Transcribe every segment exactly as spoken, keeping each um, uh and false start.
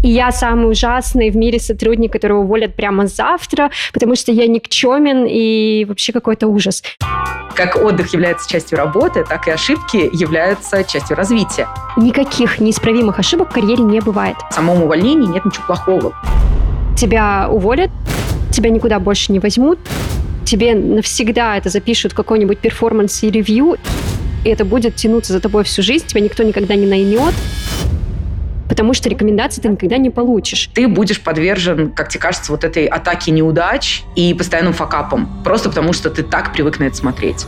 И я самый ужасный в мире сотрудник, которого уволят прямо завтра, потому что я никчемен и вообще какой-то ужас. Как отдых является частью работы, так и ошибки являются частью развития. Никаких неисправимых ошибок в карьере не бывает. В самом увольнении нет ничего плохого. Тебя уволят, тебя никуда больше не возьмут, тебе навсегда это запишут в какой-нибудь перформанс и ревью, и это будет тянуться за тобой всю жизнь, тебя никто никогда не наймет, потому что рекомендации ты никогда не получишь. Ты будешь подвержен, как тебе кажется, вот этой атаке неудач и постоянным факапам, просто потому что ты так привык на это смотреть.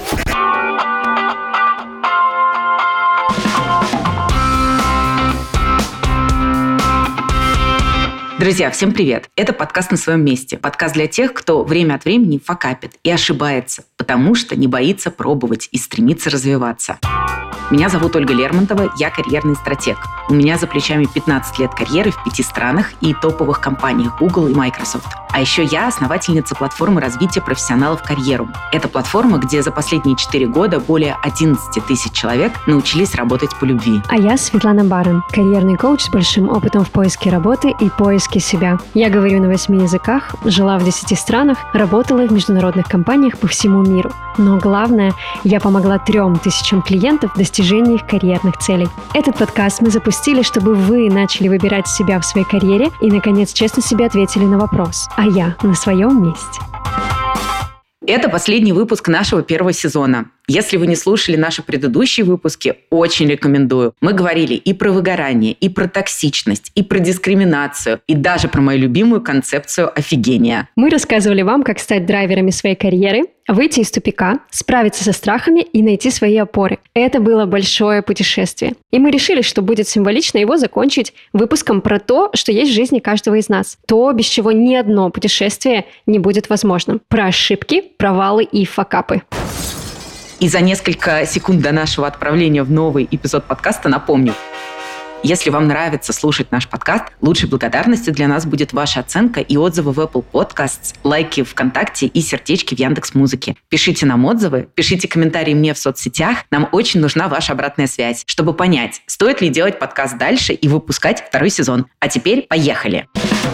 Друзья, всем привет! Это подкаст «На своем месте». Подкаст для тех, кто время от времени факапит и ошибается, потому что не боится пробовать и стремится развиваться. Меня зовут Ольга Лермонтова, я карьерный стратег. У меня за плечами пятнадцать лет карьеры в пяти странах и топовых компаниях Google и Microsoft. А еще я основательница платформы развития профессионалов «Карьерум». Это платформа, где за последние четыре года более одиннадцать тысяч человек научились работать по любви. А я Светлана Барон, карьерный коуч с большим опытом в поиске работы и поиске себя. Я говорю на восьми языках, жила в десяти странах, работала в международных компаниях по всему миру. Но главное, я помогла трем тысячам клиентов в достижении их карьерных целей. Этот подкаст мы запустили, чтобы вы начали выбирать себя в своей карьере и, наконец, честно себе ответили на вопрос: а я на своем месте? Это последний выпуск нашего первого сезона. Если вы не слушали наши предыдущие выпуски, очень рекомендую. Мы говорили и про выгорание, и про токсичность, и про дискриминацию, и даже про мою любимую концепцию офигения. Мы рассказывали вам, как стать драйверами своей карьеры, выйти из тупика, справиться со страхами и найти свои опоры. Это было большое путешествие. И мы решили, что будет символично его закончить выпуском про то, что есть в жизни каждого из нас. То, без чего ни одно путешествие не будет возможным. Про ошибки, провалы и факапы. И за несколько секунд до нашего отправления в новый эпизод подкаста напомню. Если вам нравится слушать наш подкаст, лучшей благодарностью для нас будет ваша оценка и отзывы в Apple Podcasts, лайки ВКонтакте и сердечки в Яндекс.Музыке. Пишите нам отзывы, пишите комментарии мне в соцсетях. Нам очень нужна ваша обратная связь, чтобы понять, стоит ли делать подкаст дальше и выпускать второй сезон. А теперь поехали!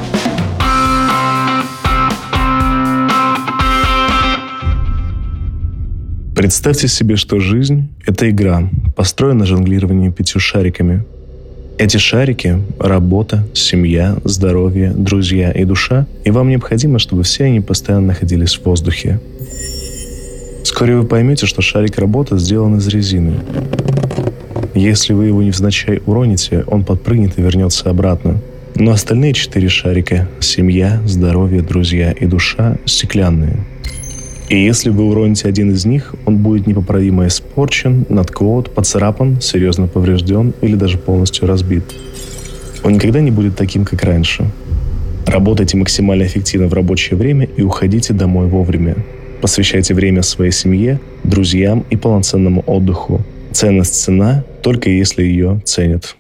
Представьте себе, что жизнь – это игра, построена на жонглировании пятью шариками. Эти шарики – работа, семья, здоровье, друзья и душа, и вам необходимо, чтобы все они постоянно находились в воздухе. Вскоре вы поймете, что шарик работы сделан из резины. Если вы его невзначай уроните, он подпрыгнет и вернется обратно. Но остальные четыре шарика – семья, здоровье, друзья и душа – стеклянные. И если вы уроните один из них, он будет непоправимо испорчен, надколот, поцарапан, серьезно поврежден или даже полностью разбит. Он никогда не будет таким, как раньше. Работайте максимально эффективно в рабочее время и уходите домой вовремя. Посвящайте время своей семье, друзьям и полноценному отдыху. Ценность цена, только если ее ценят.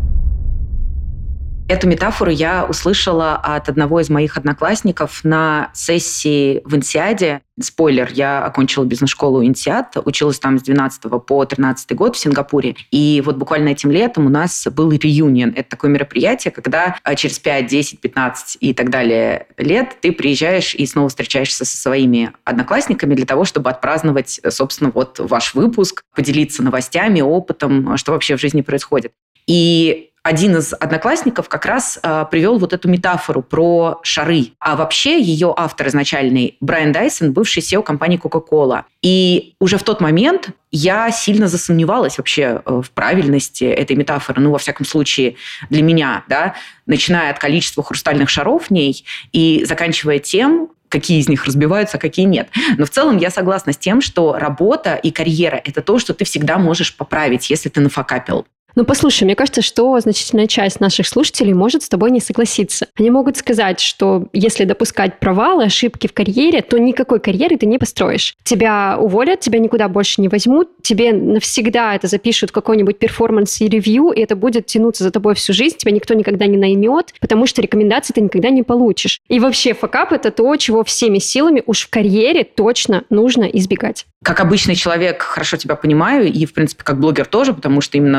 Эту метафору я услышала от одного из моих одноклассников на сессии в Инсиаде. Спойлер, я окончила бизнес-школу Инсиад, училась там с двенадцатого по тринадцатый год в Сингапуре. И вот буквально этим летом у нас был реюнион. Это такое мероприятие, когда через пять, десять, пятнадцать и так далее лет ты приезжаешь и снова встречаешься со своими одноклассниками для того, чтобы отпраздновать, собственно, вот ваш выпуск, поделиться новостями, опытом, что вообще в жизни происходит. И один из одноклассников как раз э, привел вот эту метафору про шары. А вообще ее автор изначальный Брайан Дайсон, бывший си и о компании Coca-Cola. И уже в тот момент я сильно засомневалась вообще э, в правильности этой метафоры. Ну, во всяком случае, для меня, да, начиная от количества хрустальных шаров в ней и заканчивая тем, какие из них разбиваются, а какие нет. Но в целом я согласна с тем, что работа и карьера – это то, что ты всегда можешь поправить, если ты нафакапил. Ну, послушай, мне кажется, что значительная часть наших слушателей может с тобой не согласиться. Они могут сказать, что если допускать провалы, ошибки в карьере, то никакой карьеры ты не построишь. Тебя уволят, тебя никуда больше не возьмут, тебе навсегда это запишут в какой-нибудь перформанс и ревью, и это будет тянуться за тобой всю жизнь, тебя никто никогда не наймет, потому что рекомендации ты никогда не получишь. И вообще факап – это то, чего всеми силами уж в карьере точно нужно избегать. Как обычный человек хорошо тебя понимаю, и, в принципе, как блогер тоже, потому что именно в таких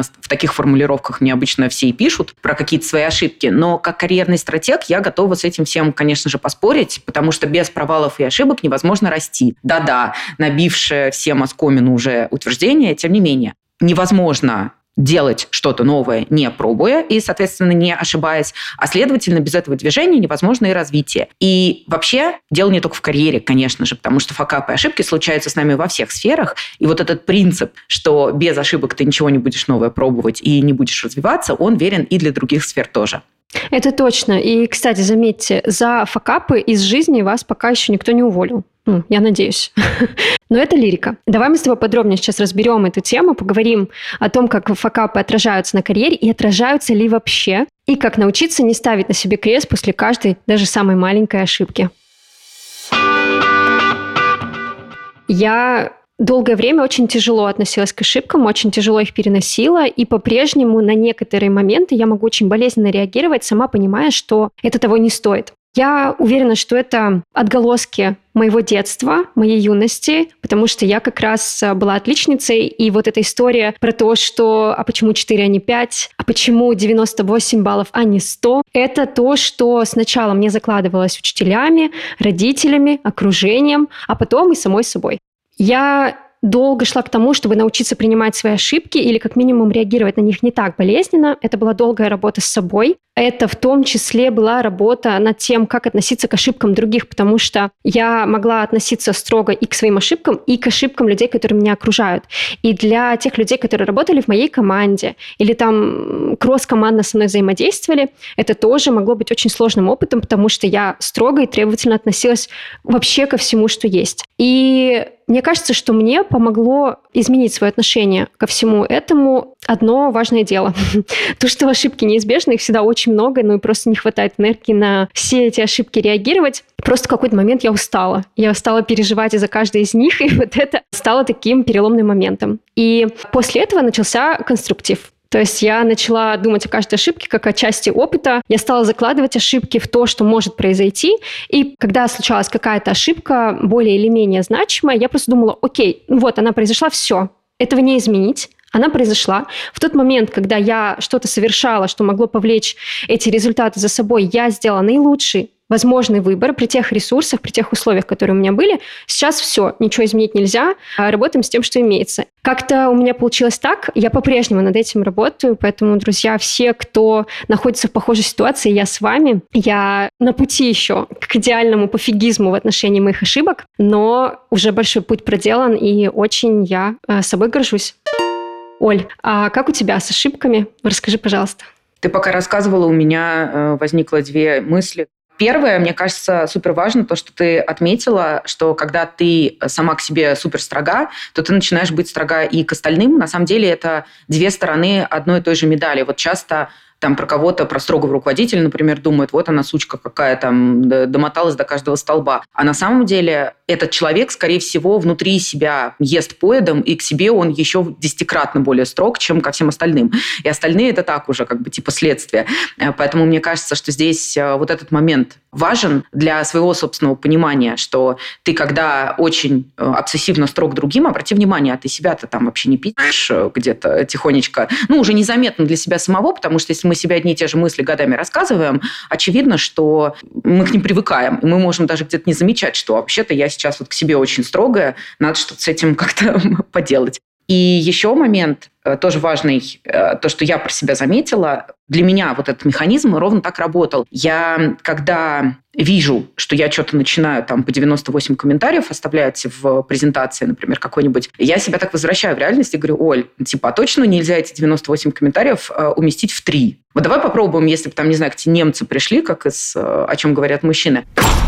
таких формулировках мне обычно все и пишут про какие-то свои ошибки. Но как карьерный стратег я готова с этим всем, конечно же, поспорить, потому что без провалов и ошибок невозможно расти. Да-да, набившее всем оскомину уже утверждение, тем не менее, невозможно делать что-то новое, не пробуя и, соответственно, не ошибаясь, а, следовательно, без этого движения невозможно и развитие. И вообще дело не только в карьере, конечно же, потому что факапы и ошибки случаются с нами во всех сферах, и вот этот принцип, что без ошибок ты ничего не будешь новое пробовать и не будешь развиваться, он верен и для других сфер тоже. Это точно. И, кстати, заметьте, за факапы из жизни вас пока еще никто не уволил. Ну, я надеюсь. Но это лирика. Давай мы с тобой подробнее сейчас разберем эту тему, поговорим о том, как факапы отражаются на карьере и отражаются ли вообще, и как научиться не ставить на себе крест после каждой, даже самой маленькой ошибки. Я долгое время очень тяжело относилась к ошибкам, очень тяжело их переносила, и по-прежнему на некоторые моменты я могу очень болезненно реагировать, сама понимая, что это того не стоит. Я уверена, что это отголоски моего детства, моей юности, потому что я как раз была отличницей, и вот эта история про то, что а почему четыре, а не пять, а почему девяносто восемь баллов, а не сто, это то, что сначала мне закладывалось учителями, родителями, окружением, а потом и самой собой. Я долго шла к тому, чтобы научиться принимать свои ошибки или как минимум реагировать на них не так болезненно. Это была долгая работа с собой. Это в том числе была работа над тем, как относиться к ошибкам других, потому что я могла относиться строго и к своим ошибкам, и к ошибкам людей, которые меня окружают. И для тех людей, которые работали в моей команде или там кросс-командно со мной взаимодействовали, это тоже могло быть очень сложным опытом, потому что я строго и требовательно относилась вообще ко всему, что есть. И мне кажется, что мне помогло изменить свое отношение ко всему этому одно важное дело. То, что ошибки неизбежны, их всегда очень много, ну и просто не хватает энергии на все эти ошибки реагировать. Просто в какой-то момент я устала. Я устала переживать из-за каждой из них, и вот это стало таким переломным моментом. И после этого начался конструктив. То есть я начала думать о каждой ошибке как о части опыта. Я стала закладывать ошибки в то, что может произойти. И когда случалась какая-то ошибка более или менее значимая, я просто думала, окей, вот она произошла, все, этого не изменить. Она произошла. В тот момент, когда я что-то совершала, что могло повлечь эти результаты за собой, я сделала наилучший возможный выбор при тех ресурсах, при тех условиях, которые у меня были. Сейчас все, ничего изменить нельзя, работаем с тем, что имеется. Как-то у меня получилось так, я по-прежнему над этим работаю, поэтому, друзья, все, кто находится в похожей ситуации, я с вами. Я на пути еще к идеальному пофигизму в отношении моих ошибок, но уже большой путь проделан, и очень я собой горжусь. Оль, а как у тебя с ошибками? Расскажи, пожалуйста. Ты пока рассказывала, у меня возникло две мысли. Первое, мне кажется, супер важно то, что ты отметила, что когда ты сама к себе супер строга, то ты начинаешь быть строга и к остальным. На самом деле это две стороны одной и той же медали. Вот часто там про кого-то, про строгого руководителя, например, думают, вот она сучка какая там, домоталась до каждого столба. А на самом деле этот человек, скорее всего, внутри себя ест поедом, и к себе он еще десятикратно более строг, чем ко всем остальным. И остальные это так уже, как бы типа следствие. Поэтому мне кажется, что здесь вот этот момент важен для своего собственного понимания, что ты, когда очень обсессивно строг другим, обрати внимание, а ты себя-то там вообще не пишешь где-то тихонечко, ну, уже незаметно для себя самого, потому что если мы себе одни и те же мысли годами рассказываем, очевидно, что мы к ним привыкаем, и мы можем даже где-то не замечать, что вообще-то я сейчас вот к себе очень строгая, надо что-то с этим как-то поделать. И еще момент тоже важный, то, что я про себя заметила. Для меня вот этот механизм ровно так работал. Я, когда вижу, что я что-то начинаю там по девяносто восемь комментариев оставлять в презентации, например, какой-нибудь, я себя так возвращаю в реальность и говорю, Оль, типа, а точно нельзя эти девяносто восемь комментариев уместить в три? Вот давай попробуем, если бы там, не знаю, эти немцы пришли, как из «О чем говорят мужчины».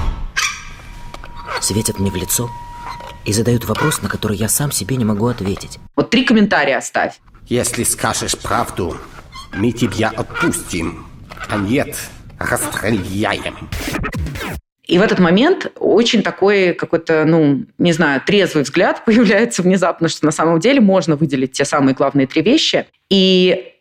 Светят мне в лицо и задают вопрос, на который я сам себе не могу ответить. Вот три комментария оставь. Если скажешь правду, мы тебя отпустим, а нет, расстреляем. И в этот момент очень такой какой-то, ну, не знаю, трезвый взгляд появляется внезапно, что на самом деле можно выделить те самые главные три вещи. И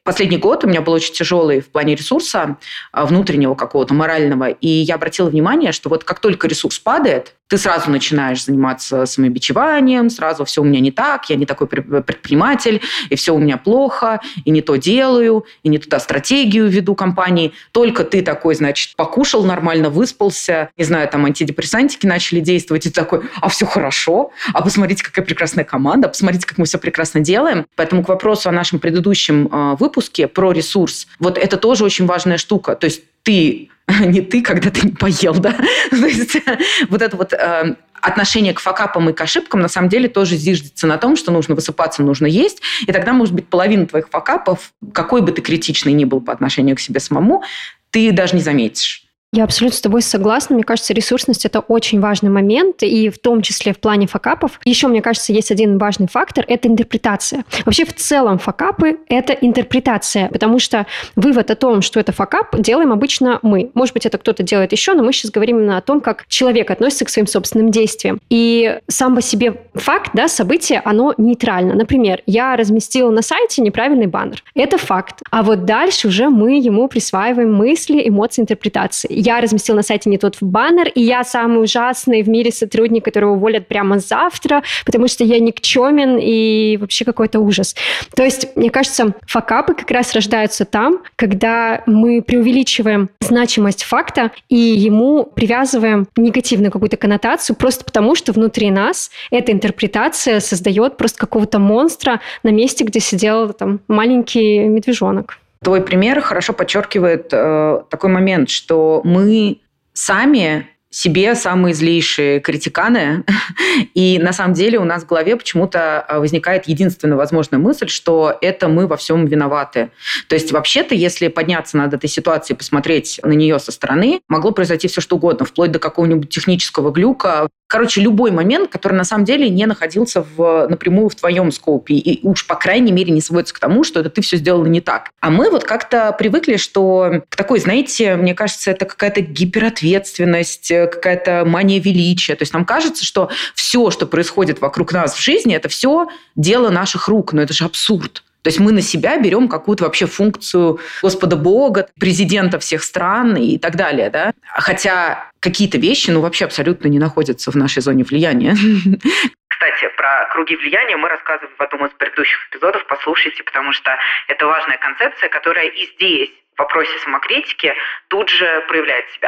Последний год у меня был очень тяжелый в плане ресурса, внутреннего какого-то, морального. И я обратила внимание, что вот как только ресурс падает, ты сразу начинаешь заниматься самобичеванием, сразу все у меня не так, я не такой предприниматель, и все у меня плохо, и не то делаю, и не туда стратегию веду компании. Только ты такой, значит, покушал нормально, выспался, не знаю, там антидепрессантики начали действовать, и ты такой, а все хорошо, а посмотрите, какая прекрасная команда, посмотрите, как мы все прекрасно делаем. Поэтому к вопросу о нашем предыдущем э, выпуске про ресурс, вот это тоже очень важная штука. То есть ты не ты, когда ты не поел, да? То есть вот это вот э, отношение к факапам и к ошибкам на самом деле тоже зиждется на том, что нужно высыпаться, нужно есть, и тогда, может быть, половина твоих факапов, какой бы ты критичный ни был по отношению к себе самому, ты даже не заметишь. Я абсолютно с тобой согласна. Мне кажется, ресурсность – это очень важный момент, и в том числе в плане факапов. Еще, мне кажется, есть один важный фактор – это интерпретация. Вообще, в целом, факапы – это интерпретация, потому что вывод о том, что это факап, делаем обычно мы. Может быть, это кто-то делает еще, но мы сейчас говорим именно о том, как человек относится к своим собственным действиям. И сам по себе факт, да, событие, оно нейтрально. Например, я разместила на сайте неправильный баннер. Это факт. А вот дальше уже мы ему присваиваем мысли, эмоции, интерпретации. Я разместил на сайте не тот баннер, и я самый ужасный в мире сотрудник, которого уволят прямо завтра, потому что я никчемен и вообще какой-то ужас. То есть, мне кажется, факапы как раз рождаются там, когда мы преувеличиваем значимость факта и ему привязываем негативную какую-то коннотацию просто потому, что внутри нас эта интерпретация создает просто какого-то монстра на месте, где сидел там маленький медвежонок. Твой пример хорошо подчеркивает э, такой момент, что мы сами себе самые злейшие критиканы, и на самом деле у нас в голове почему-то возникает единственная возможная мысль, что это мы во всем виноваты. То есть вообще-то, если подняться над этой ситуацией и посмотреть на нее со стороны, могло произойти все что угодно, вплоть до какого-нибудь технического глюка. Короче, любой момент, который на самом деле не находился в, напрямую в твоем скопе, и уж, по крайней мере, не сводится к тому, что это ты все сделала не так. А мы вот как-то привыкли, что к такой, знаете, мне кажется, это какая-то гиперответственность, какая-то мания величия. То есть нам кажется, что все, что происходит вокруг нас в жизни, это все дело наших рук. Но это же абсурд. То есть мы на себя берем какую-то вообще функцию Господа Бога, президента всех стран и так далее. Да? Хотя какие-то вещи ну, вообще абсолютно не находятся в нашей зоне влияния. Кстати, про круги влияния мы рассказывали в одном из предыдущих эпизодов. Послушайте, потому что это важная концепция, которая и здесь, в вопросе самокритики, тут же проявляет себя.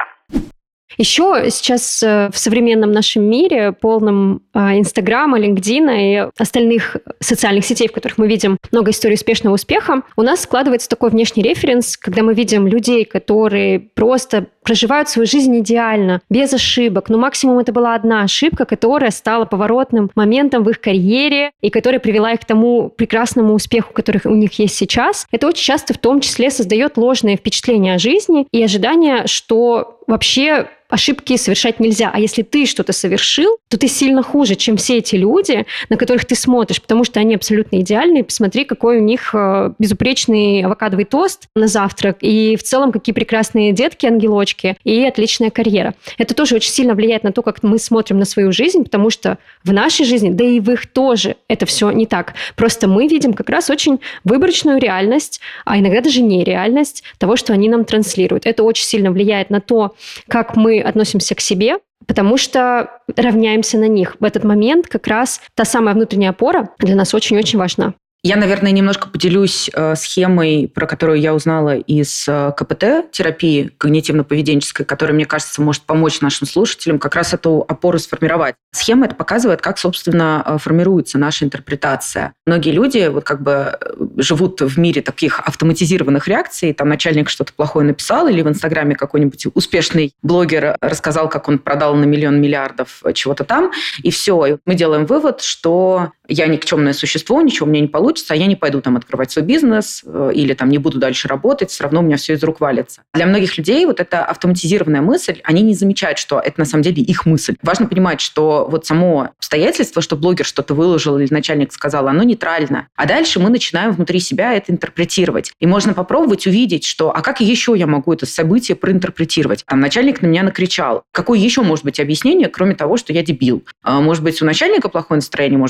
Еще сейчас в современном нашем мире, полном Инстаграма, LinkedIn и остальных социальных сетей, в которых мы видим много историй успешного успеха, у нас складывается такой внешний референс, когда мы видим людей, которые просто проживают свою жизнь идеально, без ошибок. Но максимум это была одна ошибка, которая стала поворотным моментом в их карьере и которая привела их к тому прекрасному успеху, который у них есть сейчас. Это очень часто в том числе создает ложные впечатления о жизни и ожидание, что вообще ошибки совершать нельзя. А если ты что-то совершил, то ты сильно хуже, чем все эти люди, на которых ты смотришь, потому что они абсолютно идеальные. Посмотри, какой у них безупречный авокадовый тост на завтрак, и в целом какие прекрасные детки-ангелочки, и отличная карьера. Это тоже очень сильно влияет на то, как мы смотрим на свою жизнь, потому что в нашей жизни, да и в их тоже, это все не так. Просто мы видим как раз очень выборочную реальность, а иногда даже нереальность того, что они нам транслируют. Это очень сильно влияет на то, как мы относимся к себе, потому что равняемся на них. В этот момент как раз та самая внутренняя опора для нас очень-очень важна. Я, наверное, немножко поделюсь э, схемой, про которую я узнала из э, ка пэ тэ, терапии когнитивно-поведенческой, которая, мне кажется, может помочь нашим слушателям как раз эту опору сформировать. Схема это показывает, как, собственно, формируется наша интерпретация. Многие люди вот как бы живут в мире таких автоматизированных реакций. Там начальник что-то плохое написал, или в Инстаграме какой-нибудь успешный блогер рассказал, как он продал на миллион миллиардов чего-то там, и все. И мы делаем вывод, что я никчемное существо, ничего у меня не получится, а я не пойду там открывать свой бизнес или там не буду дальше работать, все равно у меня все из рук валится. Для многих людей вот эта автоматизированная мысль, они не замечают, что это на самом деле их мысль. Важно понимать, что вот само обстоятельство, что блогер что-то выложил или начальник сказал, оно нейтрально. А дальше мы начинаем внутри себя это интерпретировать. И можно попробовать увидеть, что а как еще я могу это событие проинтерпретировать? Там начальник на меня накричал. Какое еще может быть объяснение, кроме того, что я дебил? Может быть, у начальника плохое настроение, может быть, это начальник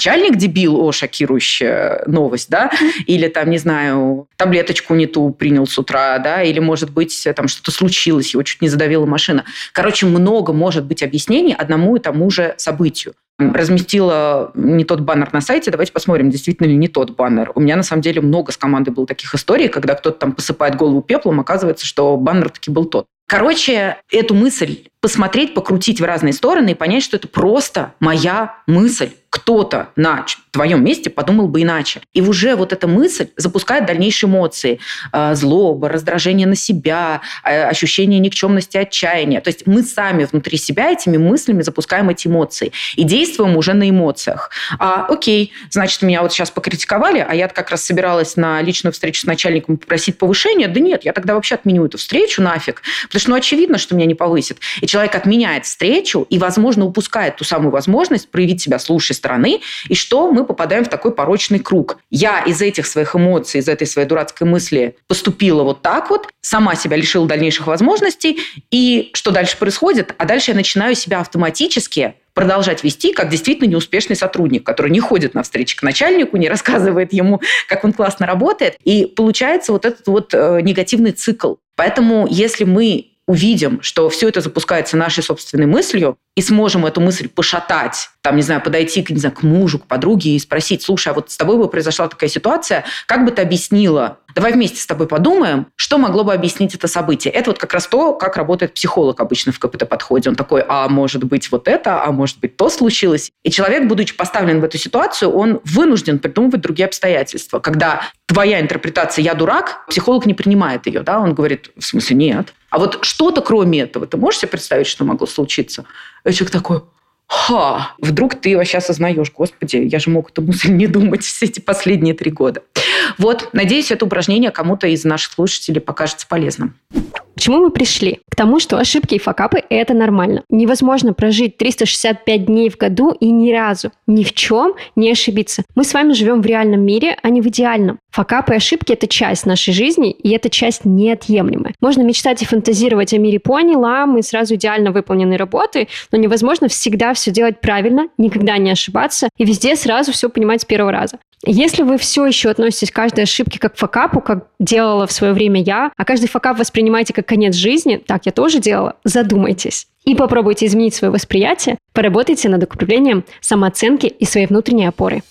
начальник дебил, о, шокирующая новость, да, или там, не знаю, таблеточку не ту принял с утра, да, или, может быть, там что-то случилось, его чуть не задавила машина. Короче, много может быть объяснений одному и тому же событию. Разместила не тот баннер на сайте, давайте посмотрим, действительно ли не тот баннер. У меня, на самом деле, много с командой было таких историй, когда кто-то там посыпает голову пеплом, оказывается, что баннер таки был тот. Короче, эту мысль посмотреть, покрутить в разные стороны и понять, что это просто моя мысль. Кто-то на твоем месте подумал бы иначе. И уже вот эта мысль запускает дальнейшие эмоции. Злоба, раздражение на себя, ощущение никчемности, отчаяния. То есть мы сами внутри себя этими мыслями запускаем эти эмоции. И действуем уже на эмоциях. А, окей, значит, меня вот сейчас покритиковали, а я как раз собиралась на личную встречу с начальником попросить повышения. Да нет, я тогда вообще отменю эту встречу нафиг. Потому что, ну, очевидно, что меня не повысит. И человек отменяет встречу и, возможно, упускает ту самую возможность проявить себя с лучшей стороны, и что мы попадаем в такой порочный круг. Я из этих своих эмоций, из этой своей дурацкой мысли поступила вот так вот, сама себя лишила дальнейших возможностей, и что дальше происходит? А дальше я начинаю себя автоматически продолжать вести как действительно неуспешный сотрудник, который не ходит на встречи к начальнику, не рассказывает ему, как он классно работает. И получается вот этот вот э, негативный цикл. Поэтому если мы увидим, что все это запускается нашей собственной мыслью, и сможем эту мысль пошатать, там, не знаю, подойти не знаю, к мужу, к подруге и спросить: слушай, а вот с тобой бы произошла такая ситуация, как бы ты объяснила? Давай вместе с тобой подумаем, что могло бы объяснить это событие. Это вот как раз то, как работает психолог обычно в КПТ-подходе. Он такой: а может быть вот это, а может быть то случилось. И человек, будучи поставлен в эту ситуацию, он вынужден придумывать другие обстоятельства. Когда твоя интерпретация «я дурак», психолог не принимает ее, да, он говорит: в смысле нет. А вот что-то кроме этого, ты можешь себе представить, что могло случиться? И человек такой: ха, вдруг ты вообще осознаешь: господи, я же мог эту мысль не думать все эти последние три года. Вот, надеюсь, это упражнение кому-то из наших слушателей покажется полезным. К чему мы пришли? К тому, что ошибки и факапы – это нормально. Невозможно прожить триста шестьдесят пять дней в году и ни разу, ни в чем не ошибиться. Мы с вами живем в реальном мире, а не в идеальном. Факапы и ошибки – это часть нашей жизни, и эта часть неотъемлемая. Можно мечтать и фантазировать о мире пони, лам и сразу идеально выполненной работы, но невозможно всегда все делать правильно, никогда не ошибаться и везде сразу все понимать с первого раза. Если вы все еще относитесь к каждой ошибке как к факапу, как делала в свое время я, а каждый факап воспринимаете как конец жизни, так я тоже делала, задумайтесь. И попробуйте изменить свое восприятие, поработайте над укреплением самооценки и своей внутренней опоры.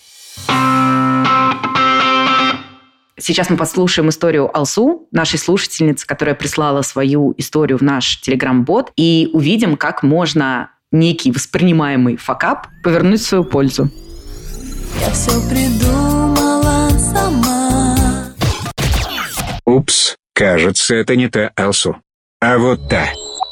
Сейчас мы послушаем историю Алсу, нашей слушательницы, которая прислала свою историю в наш телеграм-бот, и увидим, как можно некий воспринимаемый факап повернуть в свою пользу. Я все придумала сама. Упс, кажется, это не та Алсу, а вот та.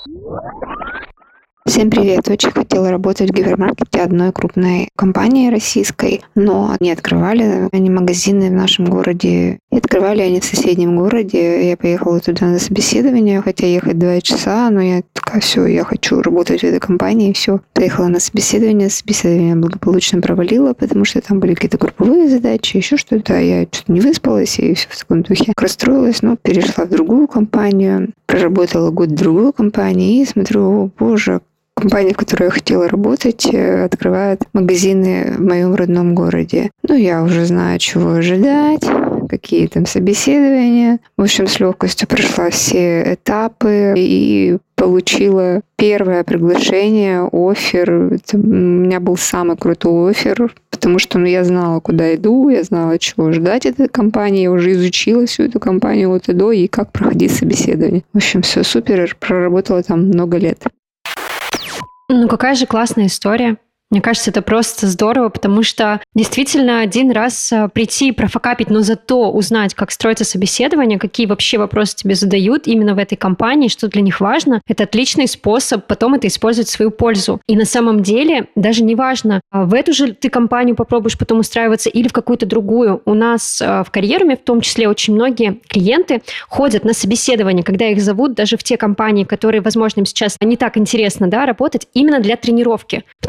Всем привет! Очень хотела работать в гипермаркете одной крупной компании российской, но не открывали они магазины в нашем городе. И открывали они в соседнем городе. Я поехала туда на собеседование, хотя ехать два часа, но я такая: все, я хочу работать в этой компании, все. Поехала на собеседование, собеседование благополучно провалила, потому что там были какие-то групповые задачи, еще что-то. Я что-то не выспалась и все в таком духе. Расстроилась, но перешла в другую компанию, проработала год в другой компании и смотрю: о боже, компания, в которой я хотела работать, открывает магазины в моем родном городе. Ну, я уже знаю, чего ожидать, какие там собеседования. В общем, с легкостью прошла все этапы и получила первое приглашение, оффер. Это у меня был самый крутой оффер, потому что ну, я знала, куда иду, я знала, чего ждать от этой компании, я уже изучила всю эту компанию от и до, и как проходить собеседование. В общем, все супер, проработала там много лет. Ну, какая же классная история. Мне кажется, это просто здорово, потому что действительно один раз прийти и профокапить, но зато узнать, как строится собеседование, какие вообще вопросы тебе задают именно в этой компании, что для них важно, это отличный способ потом это использовать в свою пользу. И на самом деле даже не важно, в эту же ты компанию попробуешь потом устраиваться или в какую-то другую. У нас в карьеруме в том числе очень многие клиенты ходят на собеседование, когда их зовут даже в те компании, которые, возможно, им сейчас не так интересно, да, работать, именно для тренировки. Потому что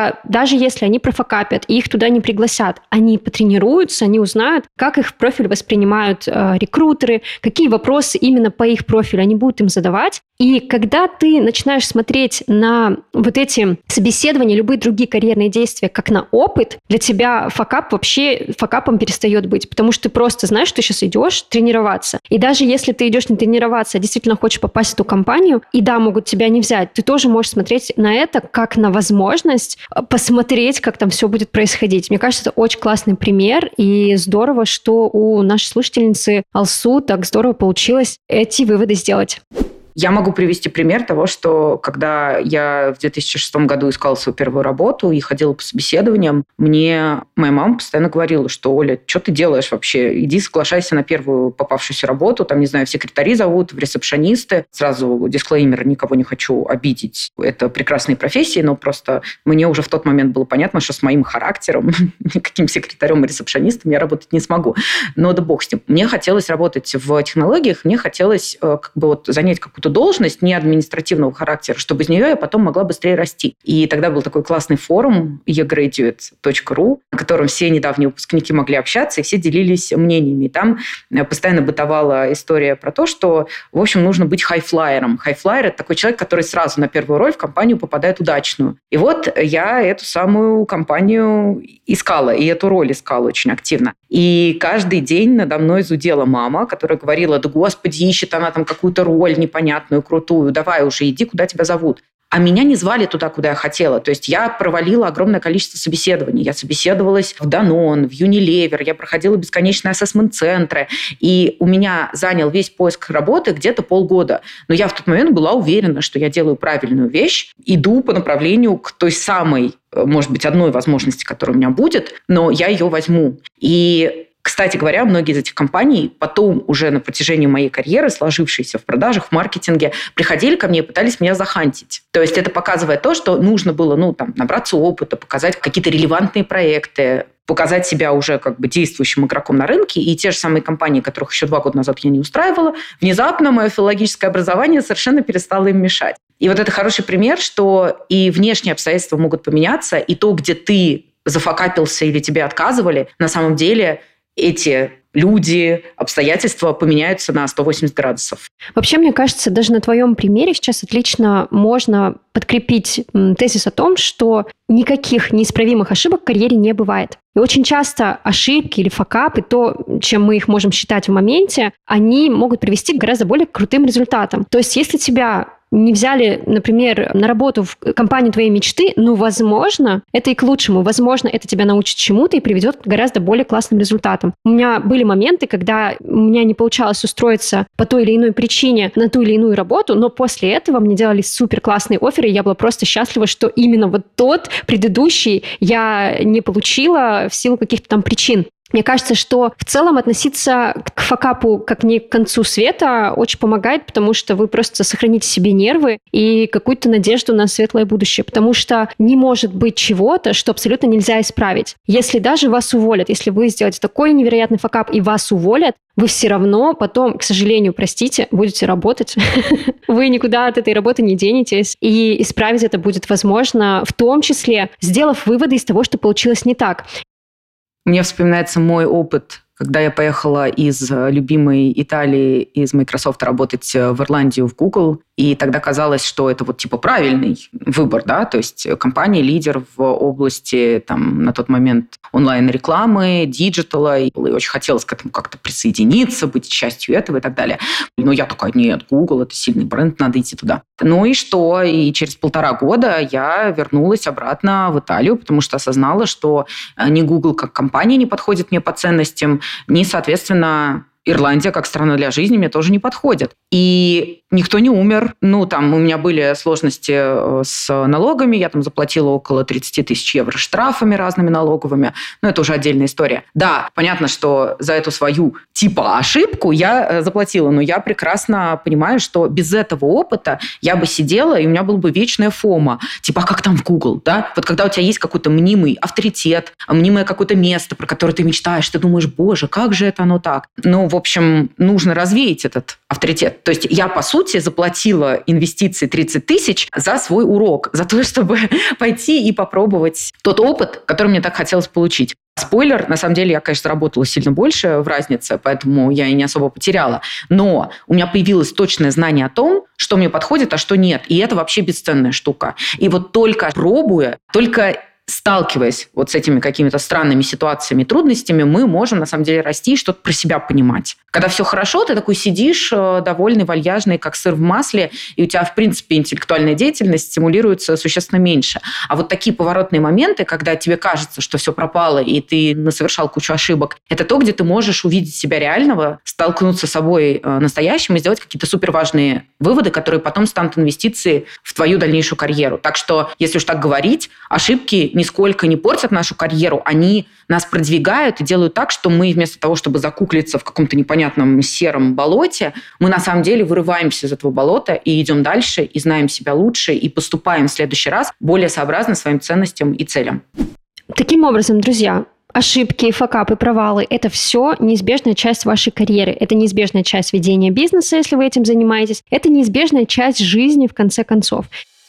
что даже если они профокапят и их туда не пригласят, они потренируются, они узнают, как их профиль воспринимают э, рекрутеры, какие вопросы именно по их профилю они будут им задавать. И когда ты начинаешь смотреть на вот эти собеседования, любые другие карьерные действия, как на опыт, для тебя факап вообще факапом перестает быть, потому что ты просто знаешь, что ты сейчас идешь тренироваться. И даже если ты идешь не тренироваться, а действительно хочешь попасть в эту компанию, и да, могут тебя не взять, ты тоже можешь смотреть на это как на возможность посмотреть, как там все будет происходить. Мне кажется, это очень классный пример, и здорово, что у нашей слушательницы Алсу так здорово получилось эти выводы сделать. Я могу привести пример того, что когда я в две тысячи шестом году искала свою первую работу и ходила по собеседованиям, мне моя мама постоянно говорила, что, Оля, что ты делаешь вообще? Иди соглашайся на первую попавшуюся работу. Там, не знаю, в секретари зовут, в ресепшонисты. Сразу дисклеймер, никого не хочу обидеть. Это прекрасные профессии, но просто мне уже в тот момент было понятно, что с моим характером никаким секретарем и ресепшонистом я работать не смогу. Но да бог с ним. Мне хотелось работать в технологиях, мне хотелось как бы вот занять какую-то должность не административного характера, чтобы из нее я потом могла быстрее расти. И тогда был такой классный форум и градуэйт точка ру, на котором все недавние выпускники могли общаться, и все делились мнениями. И там постоянно бытовала история про то, что, в общем, нужно быть хайфлайером. Хайфлайер – это такой человек, который сразу на первую роль в компанию попадает удачную. И вот я эту самую компанию искала, и эту роль искала очень активно. И каждый день надо мной зудела мама, которая говорила, да господи, ищет она там какую-то роль непонятную, крутую, давай уже иди, куда тебя зовут. А меня не звали туда, куда я хотела. То есть я провалила огромное количество собеседований. Я собеседовалась в Danone, в Unilever, я проходила бесконечные ассессмент-центры. И у меня занял весь поиск работы где-то полгода. Но я в тот момент была уверена, что я делаю правильную вещь, иду по направлению к той самой, может быть, одной возможности, которая у меня будет, но я ее возьму. И кстати говоря, многие из этих компаний потом уже на протяжении моей карьеры, сложившейся в продажах, в маркетинге, приходили ко мне и пытались меня захантить. То есть это показывает то, что нужно было ну, там, набраться опыта, показать какие-то релевантные проекты, показать себя уже как бы действующим игроком на рынке. И те же самые компании, которых еще два года назад я не устраивала, внезапно мое филологическое образование совершенно перестало им мешать. И вот это хороший пример, что и внешние обстоятельства могут поменяться, и то, где ты зафакапился или тебе отказывали, на самом деле эти люди, обстоятельства поменяются на сто восемьдесят градусов. Вообще, мне кажется, даже на твоем примере сейчас отлично можно подкрепить тезис о том, что никаких неисправимых ошибок в карьере не бывает. И очень часто ошибки или факапы, то, чем мы их можем считать в моменте, они могут привести к гораздо более крутым результатам. То есть, если тебя не взяли, например, на работу в компанию твоей мечты, ну, возможно, это и к лучшему. Возможно, это тебя научит чему-то и приведет к гораздо более классным результатам. У меня были моменты, когда у меня не получалось устроиться по той или иной причине на ту или иную работу, но после этого мне делали супер классные офферы, и я была просто счастлива, что именно вот тот предыдущий я не получила в силу каких-то там причин. Мне кажется, что в целом относиться к факапу как не к концу света очень помогает, потому что вы просто сохраните себе нервы и какую-то надежду на светлое будущее, потому что не может быть чего-то, что абсолютно нельзя исправить. Если даже вас уволят, если вы сделаете такой невероятный факап и вас уволят, вы все равно потом, к сожалению, простите, будете работать. Вы никуда от этой работы не денетесь. И исправить это будет возможно, в том числе, сделав выводы из того, что получилось не так. Мне вспоминается мой опыт, когда я поехала из любимой Италии, из Microsoft работать в Ирландию, в Google. И тогда казалось, что это вот типа правильный выбор, да, то есть компания лидер в области там на тот момент онлайн-рекламы, диджитала, и очень хотелось к этому как-то присоединиться, быть частью этого и так далее. Но я такая, нет, Google – это сильный бренд, надо идти туда. Ну и что? И через полтора года я вернулась обратно в Италию, потому что осознала, что ни Google как компания не подходит мне по ценностям, ни, соответственно, Ирландия как страна для жизни мне тоже не подходит. И никто не умер. Ну, там у меня были сложности с налогами. Я там заплатила около тридцать тысяч евро штрафами разными налоговыми. Но это уже отдельная история. Да, понятно, что за эту свою типа ошибку я заплатила. Но я прекрасно понимаю, что без этого опыта я бы сидела, и у меня было бы вечная фома. Типа, а как там в Google, да? Вот когда у тебя есть какой-то мнимый авторитет, мнимое какое-то место, про которое ты мечтаешь, ты думаешь, боже, как же это оно так? Ну, в общем, нужно развеять этот авторитет. То есть я, по сути, заплатила инвестиции тридцать тысяч за свой урок, за то, чтобы пойти и попробовать тот опыт, который мне так хотелось получить. Спойлер, на самом деле я, конечно, заработала сильно больше в разнице, поэтому я и не особо потеряла. Но у меня появилось точное знание о том, что мне подходит, а что нет. И это вообще бесценная штука. И вот только пробуя, только сталкиваясь вот с этими какими-то странными ситуациями, трудностями, мы можем, на самом деле, расти и что-то про себя понимать. Когда все хорошо, ты такой сидишь довольный, вальяжный, как сыр в масле, и у тебя, в принципе, интеллектуальная деятельность стимулируется существенно меньше. А вот такие поворотные моменты, когда тебе кажется, что все пропало, и ты насовершал кучу ошибок, это то, где ты можешь увидеть себя реального, столкнуться с собой настоящим и сделать какие-то суперважные выводы, которые потом станут инвестицией в твою дальнейшую карьеру. Так что, если уж так говорить, ошибки нисколько не портят нашу карьеру, они нас продвигают и делают так, что мы вместо того, чтобы закуклиться в каком-то непонятном сером болоте, мы на самом деле вырываемся из этого болота и идем дальше, и знаем себя лучше, и поступаем в следующий раз более сообразно своим ценностям и целям. Таким образом, друзья, ошибки, факапы, провалы – это все неизбежная часть вашей карьеры. Это неизбежная часть ведения бизнеса, если вы этим занимаетесь. Это неизбежная часть жизни, в конце концов.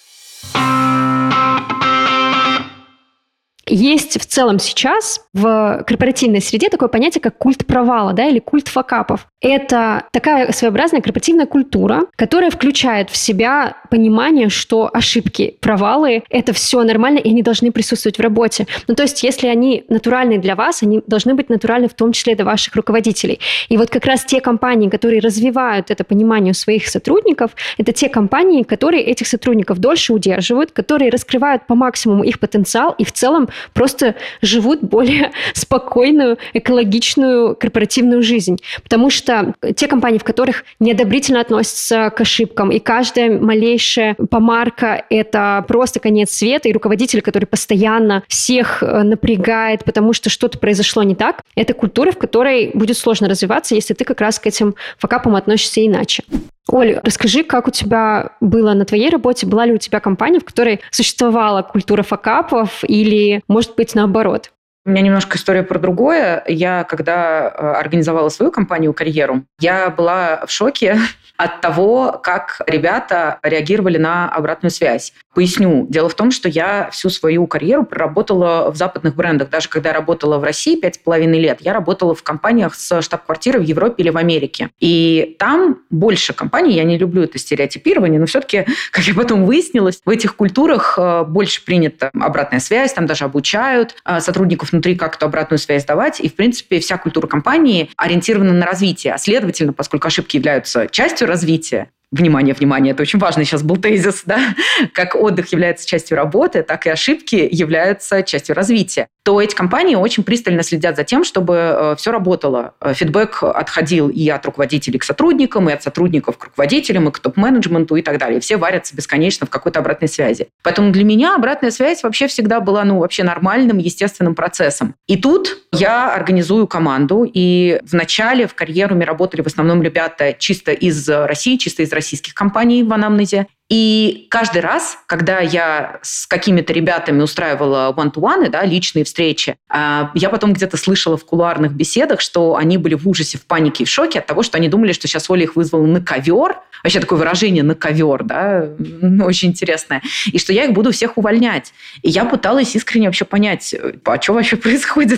Есть в целом сейчас в корпоративной среде такое понятие, как культ провала, да, или культ факапов. Это такая своеобразная корпоративная культура, которая включает в себя понимание, что ошибки, провалы – это все нормально, и они должны присутствовать в работе. Ну, то есть, если они натуральны для вас, они должны быть натуральны в том числе для ваших руководителей. И вот как раз те компании, которые развивают это понимание у своих сотрудников, это те компании, которые этих сотрудников дольше удерживают, которые раскрывают по максимуму их потенциал и в целом просто живут более спокойную, экологичную корпоративную жизнь. Потому что те компании, в которых неодобрительно относятся к ошибкам, и каждая малейшая помарка – это просто конец света, и руководитель, который постоянно всех напрягает, потому что что-то произошло не так, это культура, в которой будет сложно развиваться, если ты как раз к этим факапам относишься иначе. Оль, расскажи, как у тебя было на твоей работе? Была ли у тебя компания, в которой существовала культура факапов или, может быть, наоборот? У меня немножко история про другое. Я, когда организовала свою компанию «Карьеру», я была в шоке от того, как ребята реагировали на обратную связь. Поясню. Дело в том, что я всю свою карьеру проработала в западных брендах. Даже когда я работала в России пять с половиной лет, я работала в компаниях с штаб-квартирой в Европе или в Америке. И там больше компаний, я не люблю это стереотипирование, но все-таки, как я потом выяснилось, в этих культурах больше принята обратная связь, там даже обучают сотрудников внутри, как эту обратную связь давать. И, в принципе, вся культура компании ориентирована на развитие. А следовательно, поскольку ошибки являются частью развития, внимание, внимание, это очень важный сейчас был тезис, да, как отдых является частью работы, так и ошибки являются частью развития, то эти компании очень пристально следят за тем, чтобы все работало. Фидбэк отходил и от руководителей к сотрудникам, и от сотрудников к руководителям, и к топ-менеджменту и так далее. Все варятся бесконечно в какой-то обратной связи. Поэтому для меня обратная связь вообще всегда была, ну, вообще нормальным, естественным процессом. И тут я организую команду, и в начале в карьеруме работали в основном ребята чисто из России, чисто из российских компаний в анамнезе. И каждый раз, когда я с какими-то ребятами устраивала one-to-one, да, личные встречи, я потом где-то слышала в кулуарных беседах, что они были в ужасе, в панике и в шоке от того, что они думали, что сейчас Оля их вызвала на ковер. Вообще такое выражение «на ковер», да, очень интересное. И что я их буду всех увольнять. И я пыталась искренне вообще понять, а что вообще происходит?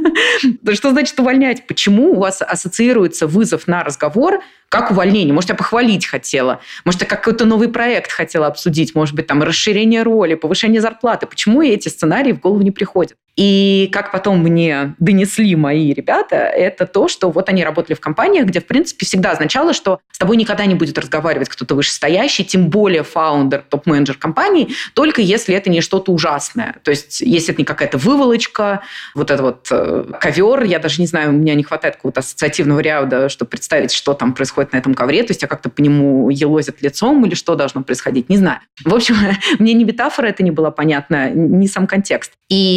Что значит увольнять? Почему у вас ассоциируется вызов на разговор как увольнение? Может, я похвалить хотела? Может, я какой-то новый проект хотела обсудить? Может быть, там расширение роли, повышение зарплаты? Почему эти сценарии в голову не приходят? И как потом мне донесли мои ребята, это то, что вот они работали в компаниях, где, в принципе, всегда означало, что с тобой никогда не будет разговаривать кто-то вышестоящий, тем более фаундер, топ-менеджер компании, только если это не что-то ужасное. То есть, если это не какая-то выволочка, вот это вот ковер, я даже не знаю, у меня не хватает какого-то ассоциативного ряда, чтобы представить, что там происходит на этом ковре, то есть, я как-то по нему елозят лицом или что должно происходить, не знаю. В общем, мне ни метафора это не была понятна, ни сам контекст. И мне кажется,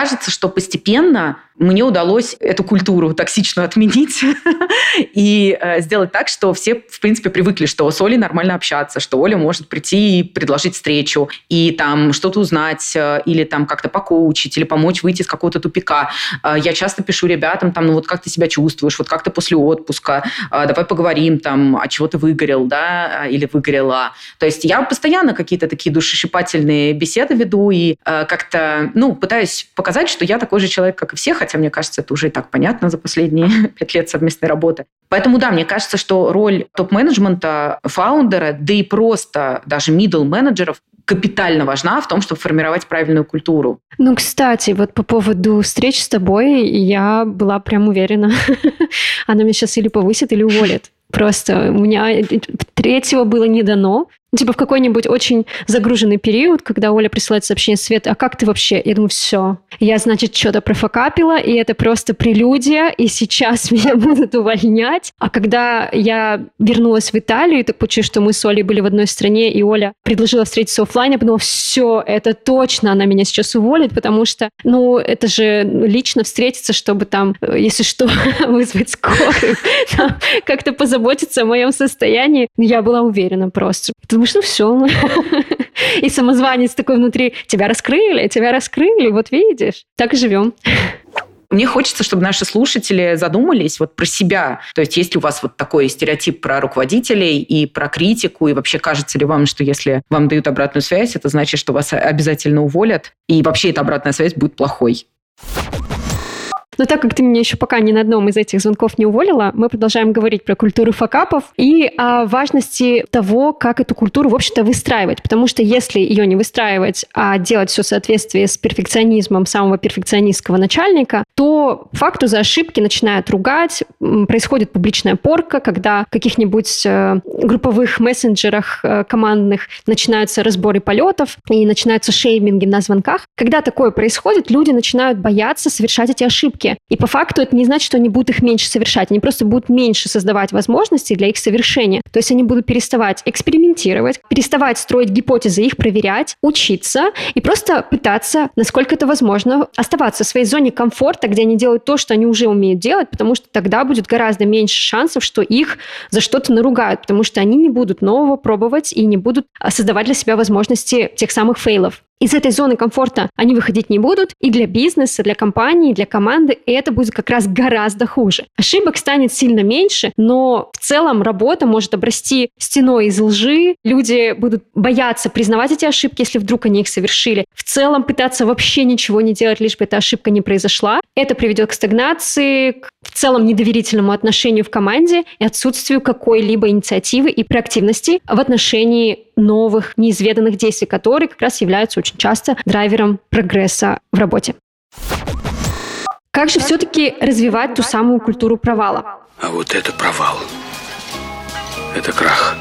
кажется, что постепенно мне удалось эту культуру токсичную отменить и сделать так, что все, в принципе, привыкли, что с Олей нормально общаться, что Оля может прийти и предложить встречу, и там что-то узнать, или там как-то покоучить, или помочь выйти из какого-то тупика. Я часто пишу ребятам, там, ну вот как ты себя чувствуешь, вот как ты после отпуска, давай поговорим, там, а чего ты выгорел, да, или выгорела. То есть я постоянно какие-то такие душещипательные беседы веду и как-то, ну, пытаюсь показать, что я такой же человек, как и все, хотя мне кажется, это уже и так понятно за последние пять лет совместной работы. Поэтому, да, мне кажется, что роль топ-менеджмента, фаундера, да и просто даже middle-менеджеров капитально важна в том, чтобы формировать правильную культуру. Ну, кстати, вот по поводу встреч с тобой я была прям уверена. Она меня сейчас или повысит, или уволит. Просто у меня третьего было не дано. Типа в какой-нибудь очень загруженный период, когда Оля присылает сообщение: Света, а как ты вообще? Я думаю, все. Я, значит, что-то профокапила, и это просто прелюдия, и сейчас меня будут увольнять. А когда я вернулась в Италию, и так получилось, что мы с Олей были в одной стране, и Оля предложила встретиться офлайн, я подумала, все, это точно она меня сейчас уволит, потому что, ну, это же лично встретиться, чтобы там, если что, вызвать скорую, там, как-то позаботиться о моем состоянии. Я была уверена просто. Потому что все. И самозванец такой внутри: тебя раскрыли, тебя раскрыли, вот видишь. Так и живем. Мне хочется, чтобы наши слушатели задумались вот про себя. То есть есть ли у вас вот такой стереотип про руководителей и про критику, и вообще кажется ли вам, что если вам дают обратную связь, это значит, что вас обязательно уволят, и вообще эта обратная связь будет плохой? Но так как ты меня еще пока ни на одном из этих звонков не уволила, мы продолжаем говорить про культуру факапов и о важности того, как эту культуру, в общем-то, выстраивать. Потому что если ее не выстраивать, а делать все в соответствии с перфекционизмом самого перфекционистского начальника, то по факту за ошибки начинают ругать, происходит публичная порка, когда в каких-нибудь групповых мессенджерах командных начинаются разборы полетов и начинаются шейминги на звонках. Когда такое происходит, люди начинают бояться совершать эти ошибки. И по факту это не значит, что они будут их меньше совершать. Они просто будут меньше создавать возможностей для их совершения. То есть они будут переставать экспериментировать, переставать строить гипотезы, их проверять, учиться и просто пытаться, насколько это возможно, оставаться в своей зоне комфорта, где они делают то, что они уже умеют делать, потому что тогда будет гораздо меньше шансов, что их за что-то наругают, потому что они не будут нового пробовать и не будут создавать для себя возможности тех самых фейлов. Из этой зоны комфорта они выходить не будут и для бизнеса, для компании, и для команды, и это будет как раз гораздо хуже. Ошибок станет сильно меньше, но в целом работа может обрасти стеной из лжи, люди будут бояться признавать эти ошибки, если вдруг они их совершили. В целом пытаться вообще ничего не делать, лишь бы эта ошибка не произошла. Это приведет к стагнации, к в целом недоверительному отношению в команде и отсутствию какой-либо инициативы и проактивности в отношении новых, неизведанных действий, которые как раз являются очень часто драйвером прогресса в работе. Как же все-таки развивать ту самую культуру провала? А вот это провал. Это крах.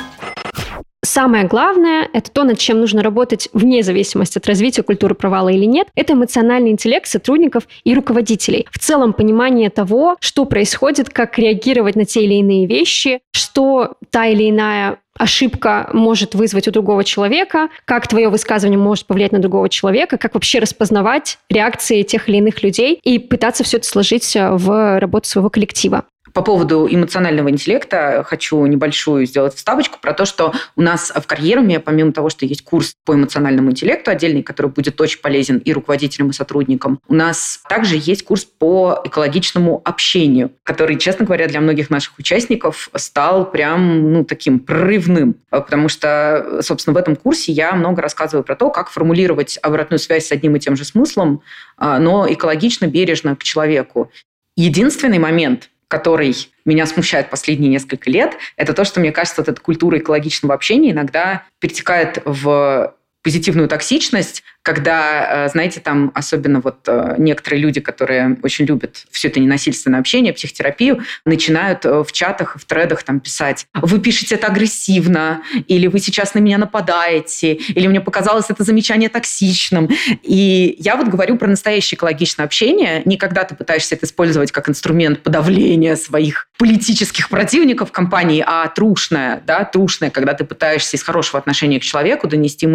Самое главное, это то, над чем нужно работать вне зависимости от развития культуры провала или нет, это эмоциональный интеллект сотрудников и руководителей. В целом понимание того, что происходит, как реагировать на те или иные вещи, что та или иная ошибка может вызвать у другого человека, как твое высказывание может повлиять на другого человека, как вообще распознавать реакции тех или иных людей и пытаться все это сложить в работу своего коллектива. По поводу эмоционального интеллекта хочу небольшую сделать вставочку про то, что у нас в карьеруме, помимо того, что есть курс по эмоциональному интеллекту отдельный, который будет очень полезен и руководителям, и сотрудникам, у нас также есть курс по экологичному общению, который, честно говоря, для многих наших участников стал прям, ну, таким прорывным, потому что, собственно, в этом курсе я много рассказываю про то, как формулировать обратную связь с одним и тем же смыслом, но экологично, бережно к человеку. Единственный момент, который меня смущает последние несколько лет, это то, что, мне кажется, вот эта культура экологичного общения иногда перетекает в позитивную токсичность, когда, знаете, там особенно вот некоторые люди, которые очень любят все это ненасильственное общение, психотерапию, начинают в чатах, в тредах там писать: вы пишете это агрессивно, или вы сейчас на меня нападаете, или мне показалось это замечание токсичным. И я вот говорю про настоящее экологичное общение. Не когда ты пытаешься это использовать как инструмент подавления своих политических противников компании, а трушное, да, трушное, когда ты пытаешься из хорошего отношения к человеку донести мысль таким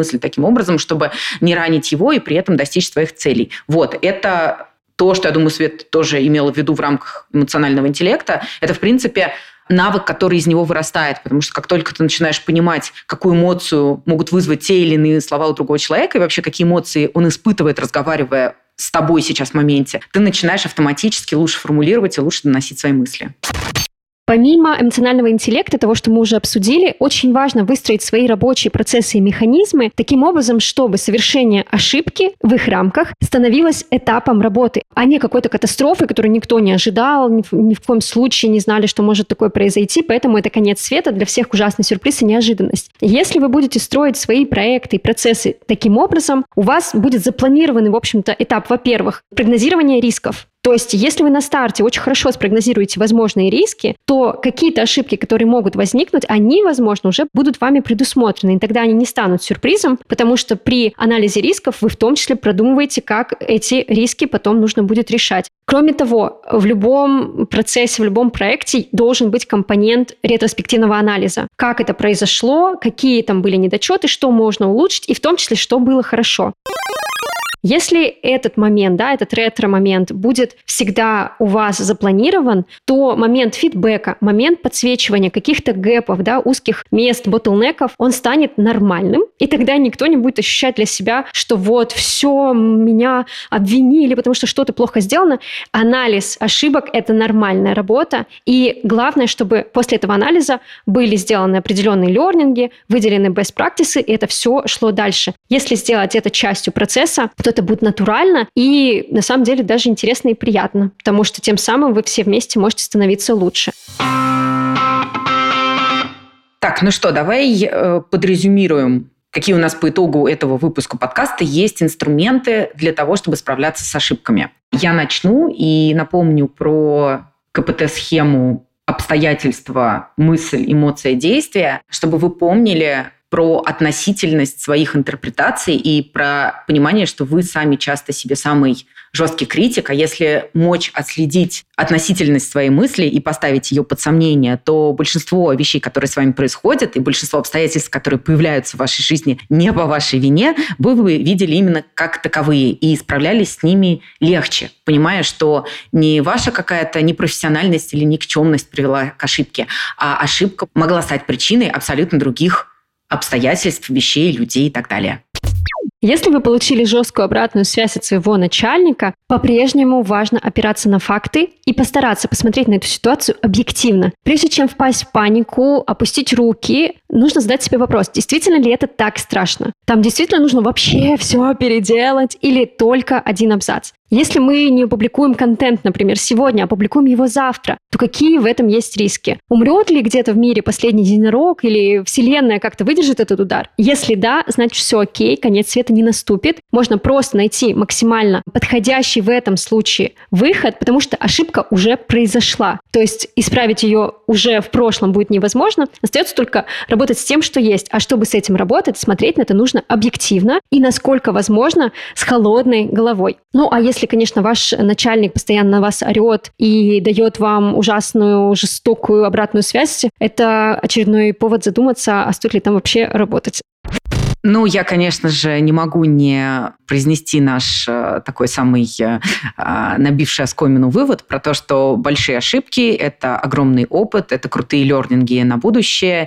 таким образом, чтобы не ранить его и при этом достичь своих целей. Вот, это то, что, я думаю, Свет тоже имела в виду в рамках эмоционального интеллекта. Это, в принципе, навык, который из него вырастает, потому что как только ты начинаешь понимать, какую эмоцию могут вызвать те или иные слова у другого человека, и вообще какие эмоции он испытывает, разговаривая с тобой сейчас в моменте, ты начинаешь автоматически лучше формулировать и лучше доносить свои мысли. Помимо эмоционального интеллекта, того, что мы уже обсудили, очень важно выстроить свои рабочие процессы и механизмы таким образом, чтобы совершение ошибки в их рамках становилось этапом работы, а не какой-то катастрофой, которую никто не ожидал, ни в, ни в коем случае не знали, что может такое произойти, поэтому это конец света, для всех ужасный сюрприз и неожиданность. Если вы будете строить свои проекты и процессы таким образом, у вас будет запланированный, в общем-то, этап, во-первых, прогнозирования рисков. То есть, если вы на старте очень хорошо спрогнозируете возможные риски, то какие-то ошибки, которые могут возникнуть, они, возможно, уже будут вами предусмотрены, и тогда они не станут сюрпризом, потому что при анализе рисков вы в том числе продумываете, как эти риски потом нужно будет решать. Кроме того, в любом процессе, в любом проекте должен быть компонент ретроспективного анализа. Как это произошло, какие там были недочеты, что можно улучшить, и в том числе, что было хорошо. Если этот момент, да, этот ретро-момент будет всегда у вас запланирован, то момент фидбэка, момент подсвечивания каких-то гэпов, да, узких мест, ботлнеков, он станет нормальным, и тогда никто не будет ощущать для себя, что вот все, меня обвинили, потому что что-то плохо сделано. Анализ ошибок – это нормальная работа, и главное, чтобы после этого анализа были сделаны определенные лернинги, выделены best practices, и это все шло дальше. Если сделать это частью процесса, то это будет натурально и, на самом деле, даже интересно и приятно, потому что тем самым вы все вместе можете становиться лучше. Так, ну что, давай э, подрезюмируем, какие у нас по итогу этого выпуска подкаста есть инструменты для того, чтобы справляться с ошибками. Я начну и напомню про ка пэ тэ-схему обстоятельства, мысль, эмоция, действие, чтобы вы помнили про относительность своих интерпретаций и про понимание, что вы сами часто себе самый жесткий критик, а если мочь отследить относительность своей мысли и поставить ее под сомнение, то большинство вещей, которые с вами происходят, и большинство обстоятельств, которые появляются в вашей жизни не по вашей вине, вы бы видели именно как таковые и справлялись с ними легче, понимая, что не ваша какая-то непрофессиональность или никчемность привела к ошибке, а ошибка могла стать причиной абсолютно других обстоятельств, вещей, людей и так далее. Если вы получили жесткую обратную связь от своего начальника, по-прежнему важно опираться на факты и постараться посмотреть на эту ситуацию объективно. Прежде чем впасть в панику, опустить руки, нужно задать себе вопрос, действительно ли это так страшно? Там действительно нужно вообще все переделать или только один абзац? Если мы не опубликуем контент, например, сегодня, а опубликуем его завтра, то какие в этом есть риски? Умрет ли где-то в мире последний единорог или Вселенная как-то выдержит этот удар? Если да, значит все окей, конец света не наступит. Можно просто найти максимально подходящий в этом случае выход, потому что ошибка уже произошла. То есть исправить ее уже в прошлом будет невозможно. Остается только работать с тем, что есть. А чтобы с этим работать, смотреть на это нужно объективно и, насколько возможно, с холодной головой. Ну, а если, конечно, ваш начальник постоянно на вас орет и дает вам ужасную, жестокую обратную связь, это очередной повод задуматься, а стоит ли там вообще работать. Ну, я, конечно же, не могу не произнести наш такой самый набивший оскомину вывод про то, что большие ошибки – это огромный опыт, это крутые лернинги на будущее,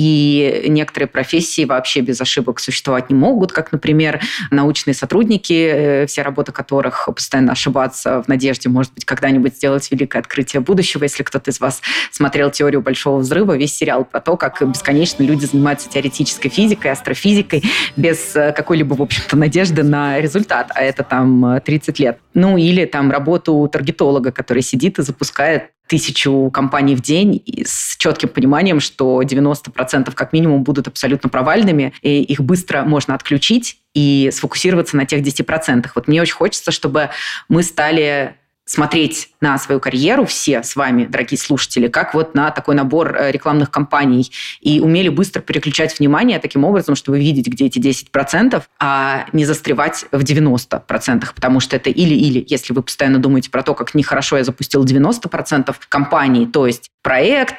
и некоторые профессии вообще без ошибок существовать не могут, как, например, научные сотрудники, вся работа которых постоянно ошибаться в надежде, может быть, когда-нибудь сделать великое открытие будущего. Если кто-то из вас смотрел «Теорию большого взрыва», весь сериал про то, как бесконечно люди занимаются теоретической физикой, астрофизикой, без какой-либо, в общем-то, надежды на результат, а это там тридцать лет. Ну, или там работу таргетолога, который сидит и запускает тысячу компаний в день с четким пониманием, что девяносто процентов как минимум будут абсолютно провальными, и их быстро можно отключить и сфокусироваться на тех десяти процентах. Вот мне очень хочется, чтобы мы стали смотреть на свою карьеру все с вами, дорогие слушатели, как вот на такой набор рекламных кампаний и умели быстро переключать внимание таким образом, чтобы видеть, где эти десять процентов, а не застревать в девяносто процентов, потому что это или-или. Если вы постоянно думаете про то, как нехорошо я запустил девяносто процентов компаний, то есть проектов,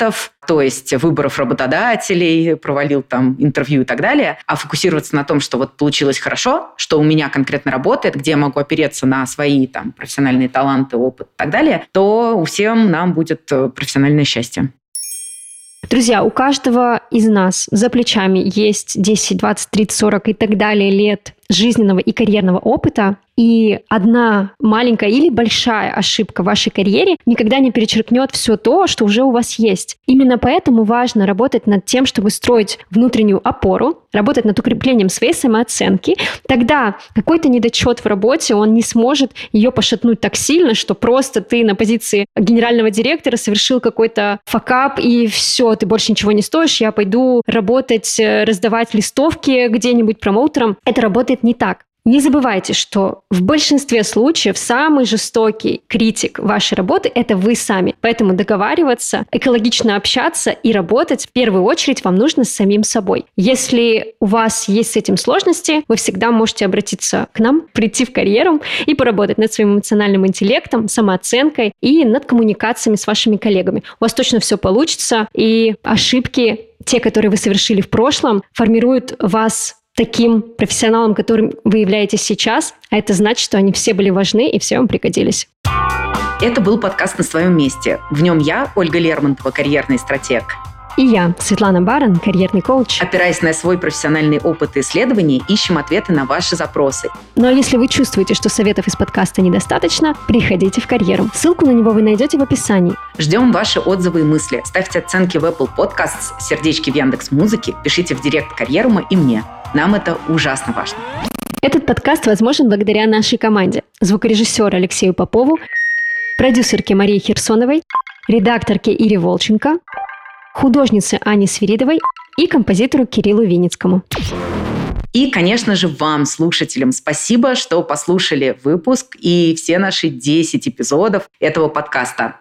то есть выборов работодателей, провалил там интервью и так далее, а фокусироваться на том, что вот получилось хорошо, что у меня конкретно работает, где я могу опереться на свои там профессиональные таланты, опыт и так далее, то у всем нам будет профессиональное счастье. Друзья, у каждого из нас за плечами есть десять, двадцать, тридцать, сорок и так далее лет жизненного и карьерного опыта, и одна маленькая или большая ошибка в вашей карьере никогда не перечеркнет все то, что уже у вас есть. Именно поэтому важно работать над тем, чтобы строить внутреннюю опору, работать над укреплением своей самооценки. Тогда какой-то недочет в работе, он не сможет ее пошатнуть так сильно, что просто ты на позиции генерального директора совершил какой-то факап, и все, ты больше ничего не стоишь, я пойду работать, раздавать листовки где-нибудь промоутерам. Это работает не так. Не забывайте, что в большинстве случаев самый жестокий критик вашей работы – это вы сами. Поэтому договариваться, экологично общаться и работать в первую очередь вам нужно с самим собой. Если у вас есть с этим сложности, вы всегда можете обратиться к нам, прийти в карьеру и поработать над своим эмоциональным интеллектом, самооценкой и над коммуникациями с вашими коллегами. У вас точно все получится, и ошибки, те, которые вы совершили в прошлом, формируют вас таким профессионалом, которым вы являетесь сейчас, а это значит, что они все были важны и все вам пригодились. Это был подкаст «На своем месте». В нем я, Ольга Лермонтова, карьерный стратег. И я, Светлана Баран, карьерный коуч. Опираясь на свой профессиональный опыт и исследований, ищем ответы на ваши запросы. Ну а если вы чувствуете, что советов из подкаста недостаточно, приходите в карьеру. Ссылку на него вы найдете в описании. Ждем ваши отзывы и мысли. Ставьте оценки в Apple Podcasts, сердечки в Яндекс.Музыке, пишите в директ Карьерума и мне. Нам это ужасно важно. Этот подкаст возможен благодаря нашей команде. Звукорежиссеру Алексею Попову, продюсерке Марии Херсоновой, редакторке Ире Волченко, художнице Ане Свиридовой и композитору Кириллу Винницкому. И, конечно же, вам, слушателям, спасибо, что послушали выпуск и все наши десять эпизодов этого подкаста.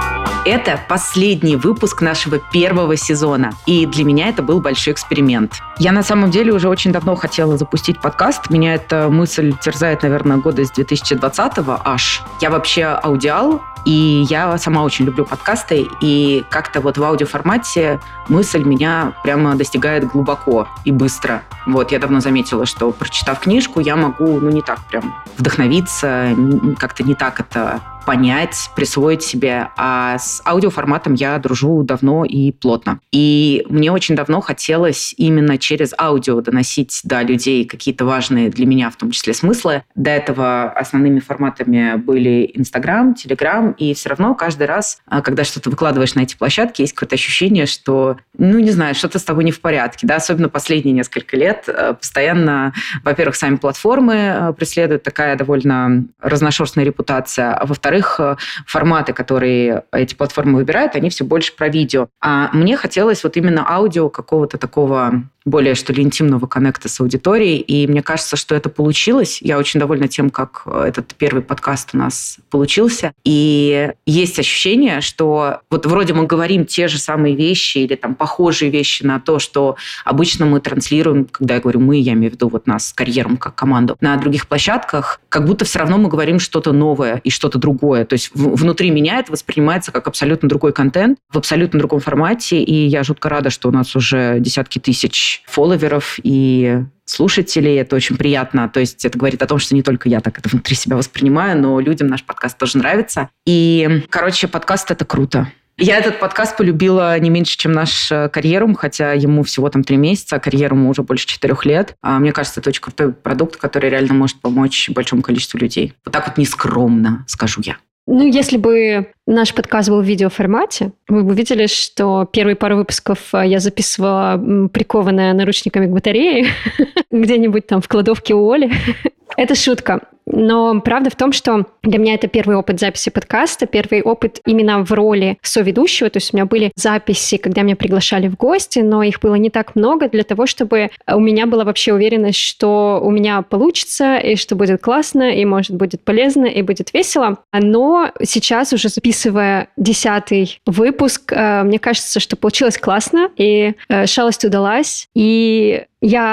Это последний выпуск нашего первого сезона, и для меня это был большой эксперимент. Я на самом деле уже очень давно хотела запустить подкаст. Меня эта мысль терзает, наверное, года с две тысячи двадцатого аж. Я вообще аудиал, и я сама очень люблю подкасты, и как-то вот в аудиоформате мысль меня прямо достигает глубоко и быстро. Вот, я давно заметила, что, прочитав книжку, я могу, ну, не так прям вдохновиться, как-то не так это понять, присвоить себе. А с аудиоформатом я дружу давно и плотно. И мне очень давно хотелось именно через аудио доносить до людей какие-то важные для меня, в том числе, смыслы. До этого основными форматами были Инстаграм, Телеграм, и все равно каждый раз, когда что-то выкладываешь на эти площадки, есть какое-то ощущение, что, ну, не знаю, что-то с тобой не в порядке. Да? Особенно последние несколько лет постоянно, во-первых, сами платформы преследуют такая довольно разношерстная репутация, а во-вторых, форматы, которые эти платформы выбирают, они все больше про видео. А мне хотелось вот именно аудио какого-то такого более, что ли, интимного коннекта с аудиторией, и мне кажется, что это получилось. Я очень довольна тем, как этот первый подкаст у нас получился. И есть ощущение, что вот вроде мы говорим те же самые вещи или там похожие вещи на то, что обычно мы транслируем, когда я говорю «мы», я имею в виду вот нас с карьером как команду, на других площадках, как будто все равно мы говорим что-то новое и что-то другое. То есть внутри меня это воспринимается как абсолютно другой контент, в абсолютно другом формате, и я жутко рада, что у нас уже десятки тысяч фолловеров и слушателей. Это очень приятно. То есть это говорит о том, что не только я так это внутри себя воспринимаю, но людям наш подкаст тоже нравится. И, короче, подкаст – это круто. Я этот подкаст полюбила не меньше, чем наш Карьерум, хотя ему всего там три месяца, а Карьеруму уже больше четырех лет. А мне кажется, это очень крутой продукт, который реально может помочь большому количеству людей. Вот так вот нескромно скажу я. Ну, если бы наш подкаст был в видеоформате, вы бы видели, что первые пару выпусков я записывала прикованная наручниками к батарее где-нибудь там в кладовке у Оли. Это шутка. Но правда в том, что для меня это первый опыт записи подкаста, первый опыт именно в роли соведущего. То есть у меня были записи, когда меня приглашали в гости, но их было не так много для того, чтобы у меня была вообще уверенность, что у меня получится, и что будет классно, и, может, будет полезно, и будет весело. Но сейчас, уже записывая десятый выпуск, мне кажется, что получилось классно, и шалость удалась, и я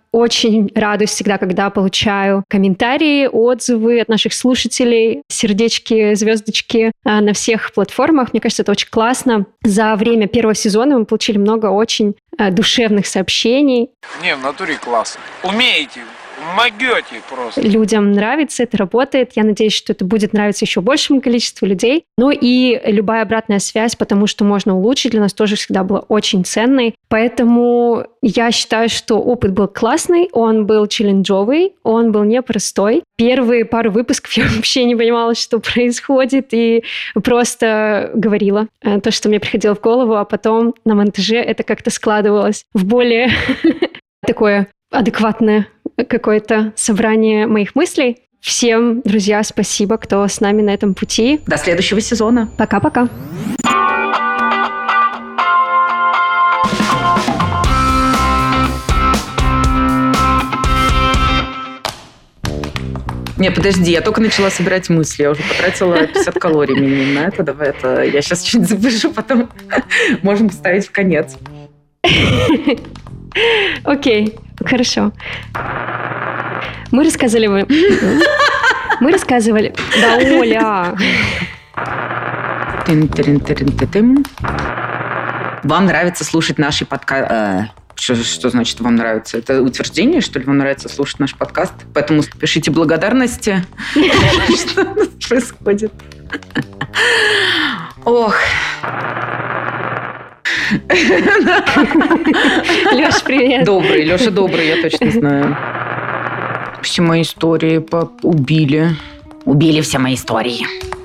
очень радуюсь всегда, когда получаю комментарии, отзывы от наших слушателей, сердечки, звездочки на всех платформах. Мне кажется, это очень классно. За время первого сезона мы получили много очень душевных сообщений. Не, в натуре классно. Умеете, могете просто. Людям нравится, это работает. Я надеюсь, что это будет нравиться еще большему количеству людей. Ну и любая обратная связь, потому что можно улучшить, для нас тоже всегда была очень ценной. Поэтому я считаю, что опыт был классный, он был челленджовый, он был непростой. Первые пару выпусков я вообще не понимала, что происходит, и просто говорила то, что мне приходило в голову, а потом на монтаже это как-то складывалось в более такое адекватное какое-то собрание моих мыслей. Всем, друзья, спасибо, кто с нами на этом пути. До следующего сезона. Пока-пока. Не, подожди, я только начала собирать мысли. Я уже потратила пятьдесят калорий минимум на это. Давай это я сейчас что-нибудь запишу, потом можем поставить в конец. Окей, хорошо. Мы рассказывали... Мы рассказывали... Да, Оля! Вам нравится слушать наши подкасты? Что, что значит вам нравится? Это утверждение, что ли, вам нравится слушать наш подкаст? Поэтому пишите благодарности. Что происходит? Ох. Лёш, привет. Добрый, Лёша добрый, я точно знаю. Все мои истории убили. Убили все мои истории.